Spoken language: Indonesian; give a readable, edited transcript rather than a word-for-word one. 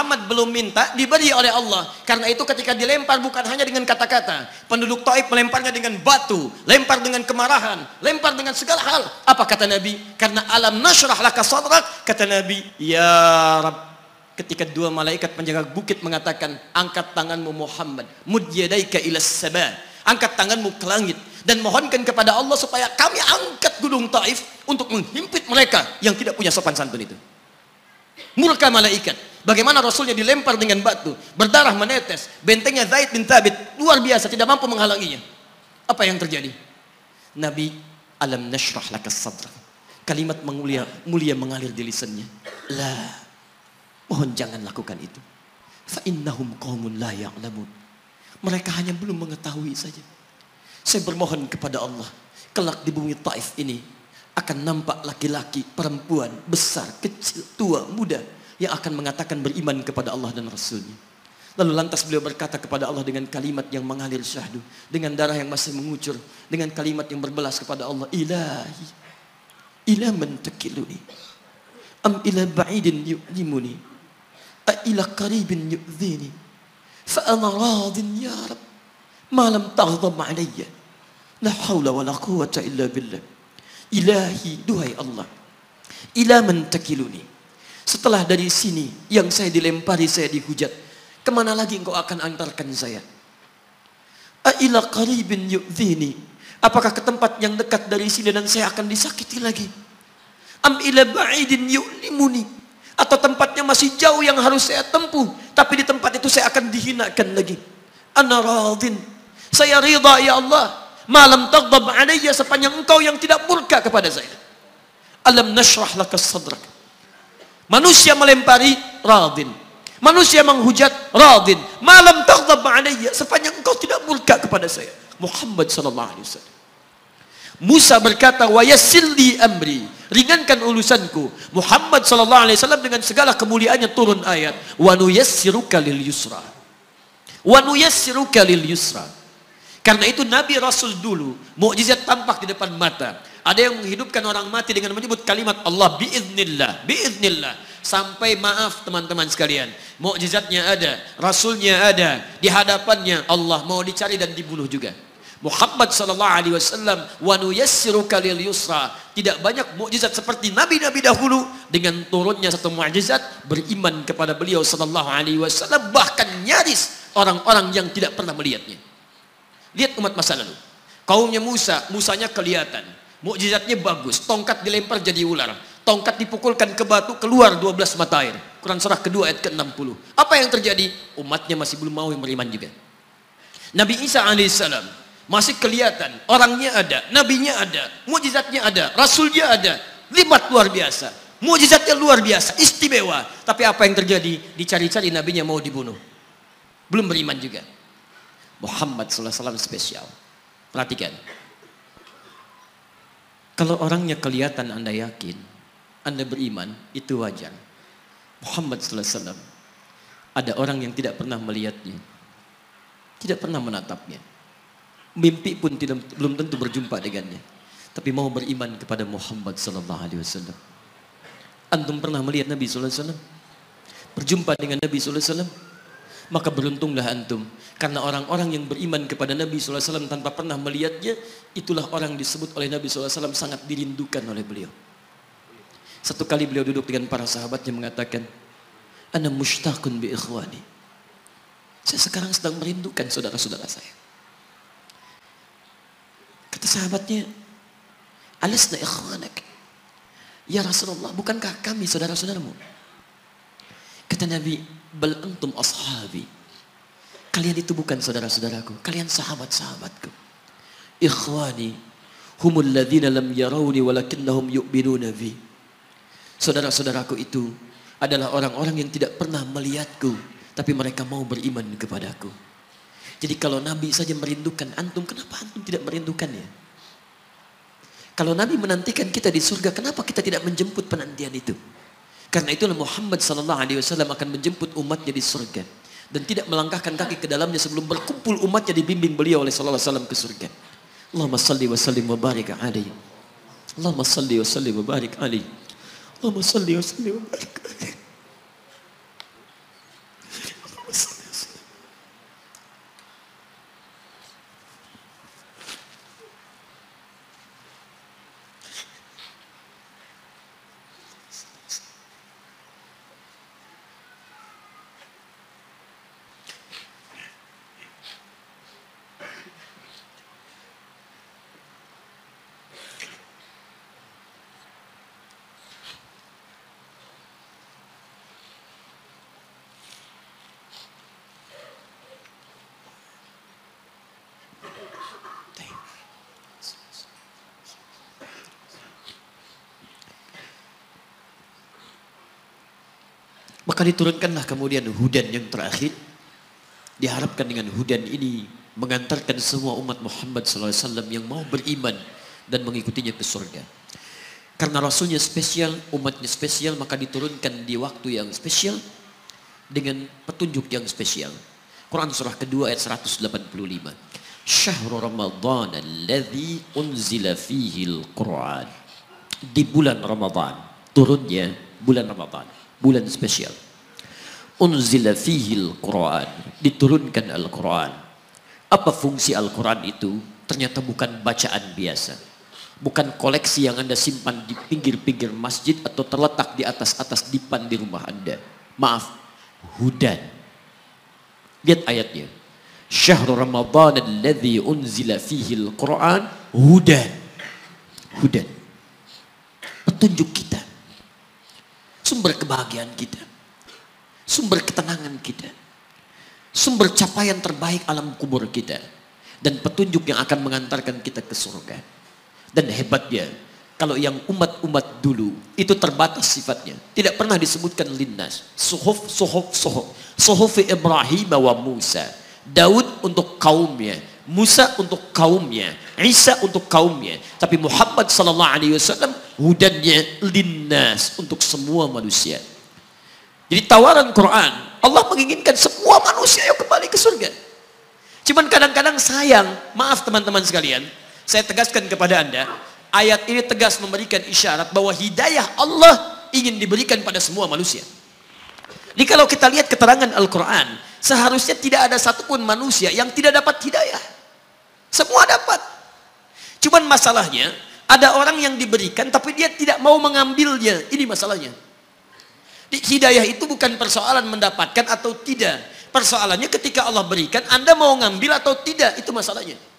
Muhammad belum minta, diberi oleh Allah. Karena itu ketika dilempar bukan hanya dengan kata-kata. Penduduk Taif melemparnya dengan batu, lempar dengan kemarahan, lempar dengan segala hal. Apa kata Nabi? Karena alam nashrah laka sadrak, kata Nabi, ya Rabb. Ketika dua malaikat penjaga bukit mengatakan, angkat tanganmu Muhammad, mud yadaika ilas sama, angkat tanganmu ke langit dan mohonkan kepada Allah supaya kami angkat gunung Taif untuk menghimpit mereka yang tidak punya sopan santun itu. Murka malaikat. Bagaimana Rasulnya dilempar dengan batu, berdarah menetes, bentengnya Zaid bin Thabit luar biasa, tidak mampu menghalanginya. Apa yang terjadi? Nabi, alam nashrah laka sadrak. Kalimat mulia mengalir di lisannya. La, mohon jangan lakukan itu. Fa innahum qaumun la ya'lamun. Mereka hanya belum mengetahui saja. Saya bermohon kepada Allah, kelak di bumi Taif ini akan nampak laki-laki, perempuan, besar, kecil, tua, muda yang akan mengatakan beriman kepada Allah dan Rasulnya. Lalu lantas beliau berkata kepada Allah dengan kalimat yang mengalir syahdu, dengan darah yang masih mengucur, dengan kalimat yang berbelas kepada Allah, Ilahi, ila man takiluni, am ila ba'idin yu'limuni, a ila qaribin yu'zini, fa ana radin ya Rab, ma lam taghdab alayya, la hawla wa la quwwata illa billah. Ilahi, duhai Allah, ila man takiluni, setelah dari sini yang saya dilempari, saya dihujat, kemana lagi engkau akan antarkan saya? A ila qaribin yu'zini, apakah ke tempat yang dekat dari sini dan saya akan disakiti lagi? Am ila ba'idin yu'limuni, atau tempatnya masih jauh yang harus saya tempuh, tapi di tempat itu saya akan dihinakan lagi. Ana radin, saya ridha ya Allah, malam taghdab alayya, sepanjang engkau yang tidak murka kepada saya. Alam nashrah laka sadrak. Manusia melempari, radin. Manusia menghujat, radin. Malam taghdab alayya, sepanjang engkau tidak murka kepada saya. Muhammad sallallahu alaihi wasallam. Musa berkata, wa yassir li amri, ringankan urusanku. Muhammad sallallahu alaihi wasallam dengan segala kemuliaannya turun ayat, wa nuyassiruka lil yusra. Wa nuyassiruka lil yusra. Karena itu Nabi Rasul dulu mukjizat tampak di depan mata. Ada yang menghidupkan orang mati dengan menyebut kalimat Allah biiznillah, biiznillah. Sampai maaf teman-teman sekalian, mukjizatnya ada, Rasulnya ada, di hadapannya Allah mau dicari dan dibunuh juga. Muhammad sallallahu alaihi wasallam, wa nuyassiruka lil yusra. Tidak banyak mukjizat seperti nabi-nabi dahulu, dengan turunnya satu mukjizat beriman kepada beliau sallallahu alaihi wasallam, bahkan nyaris orang-orang yang tidak pernah melihatnya. Lihat umat masa lalu. Kaumnya Musa, Musanya kelihatan. Mukjizatnya bagus. Tongkat dilempar jadi ular. Tongkat dipukulkan ke batu, keluar 12 mata air. Quran surah kedua ayat ke-60. Apa yang terjadi? Umatnya masih belum mau beriman juga. Nabi Isa alaihissalam masih kelihatan. Orangnya ada, nabinya ada, mukjizatnya ada, rasulnya ada. Libat luar biasa. Mukjizatnya luar biasa, istimewa. Tapi apa yang terjadi? Dicari-cari nabinya mau dibunuh. Belum beriman juga. Muhammad SAW spesial. Perhatikan. Kalau orangnya kelihatan Anda yakin, Anda beriman, itu wajar. Muhammad SAW, ada orang yang tidak pernah melihatnya, tidak pernah menatapnya, mimpi pun belum tentu berjumpa dengannya, tapi mau beriman kepada Muhammad SAW. Antum pernah melihat Nabi SAW? Berjumpa dengan Nabi SAW? Maka beruntunglah antum, karena orang-orang yang beriman kepada Nabi SAW tanpa pernah melihatnya, itulah orang disebut oleh Nabi SAW sangat dirindukan oleh beliau. Satu kali beliau duduk dengan para sahabatnya mengatakan, ana mushtaqun bi ikhwani, saya sekarang sedang merindukan saudara-saudara saya. Kata sahabatnya, alasna ikhwanak ya Rasulullah, bukankah kami saudara-saudaramu? Kata Nabi, bal antum ashabi, kalian itu bukan saudara-saudaraku, kalian sahabat-sahabatku. Ikhwani humul ladzina lam yarawni walakinnahum yu'minuna bi. Saudara-saudaraku itu adalah orang-orang yang tidak pernah melihatku, tapi mereka mau beriman kepadaku. Jadi kalau Nabi saja merindukan antum, kenapa antum tidak merindukannya? Kalau Nabi menantikan kita di surga, kenapa kita tidak menjemput penantian itu? Karena itulah Muhammad sallallahu alaihi wasallam akan menjemput umatnya di surga dan tidak melangkahkan kaki ke dalamnya sebelum berkumpul umatnya dibimbing beliau oleh sallallahu alaihi wasallam ke surga. Allahumma salli wa sallim wa barik alaihi. Allahumma salli wa sallim wa barik alaihi. Allahumma salli wa sallim wa barik alaihi. Maka diturunkanlah kemudian hudan yang terakhir. Diharapkan dengan hudan ini mengantarkan semua umat Muhammad SAW yang mau beriman dan mengikutinya ke surga. Karena Rasulnya spesial, umatnya spesial, maka diturunkan di waktu yang spesial dengan petunjuk yang spesial. Quran surah kedua ayat 185. Syahrul Ramadan alladzi unzila fihi al-Quran. Di bulan Ramadan, turunnya bulan Ramadan, bulan spesial. Unzila fihi al-Quran, diturunkan Al-Quran. Apa fungsi Al-Quran itu? Ternyata bukan bacaan biasa. Bukan koleksi yang Anda simpan di pinggir-pinggir masjid atau terletak di atas-atas dipan di rumah Anda. Maaf, hudan. Lihat ayatnya. Syahrul Ramadan alladzi unzila fihi al-Quran hudan. Hudan. Petunjuk kita. Sumber kebahagiaan kita. Sumber ketenangan kita. Sumber capaian terbaik alam kubur kita. Dan petunjuk yang akan mengantarkan kita ke surga. Dan hebatnya, kalau yang umat-umat dulu itu terbatas sifatnya, tidak pernah disebutkan linnas. Suhuf Ibrahim wa Musa. Daud untuk kaumnya, Musa untuk kaumnya, Isa untuk kaumnya. Tapi Muhammad SAW hudannya linnas, untuk semua manusia. Jadi tawaran Quran, Allah menginginkan semua manusia yang kembali ke surga. Cuman kadang-kadang sayang, maaf teman-teman sekalian, saya tegaskan kepada Anda, ayat ini tegas memberikan isyarat bahwa hidayah Allah ingin diberikan pada semua manusia. Jadi kalau kita lihat keterangan Al-Quran, seharusnya tidak ada satupun manusia yang tidak dapat hidayah. Semua dapat. Cuman masalahnya, ada orang yang diberikan tapi dia tidak mau mengambilnya. Ini masalahnya. Hidayah itu bukan persoalan mendapatkan atau tidak. Persoalannya ketika Allah berikan, Anda mau ngambil atau tidak, itu masalahnya.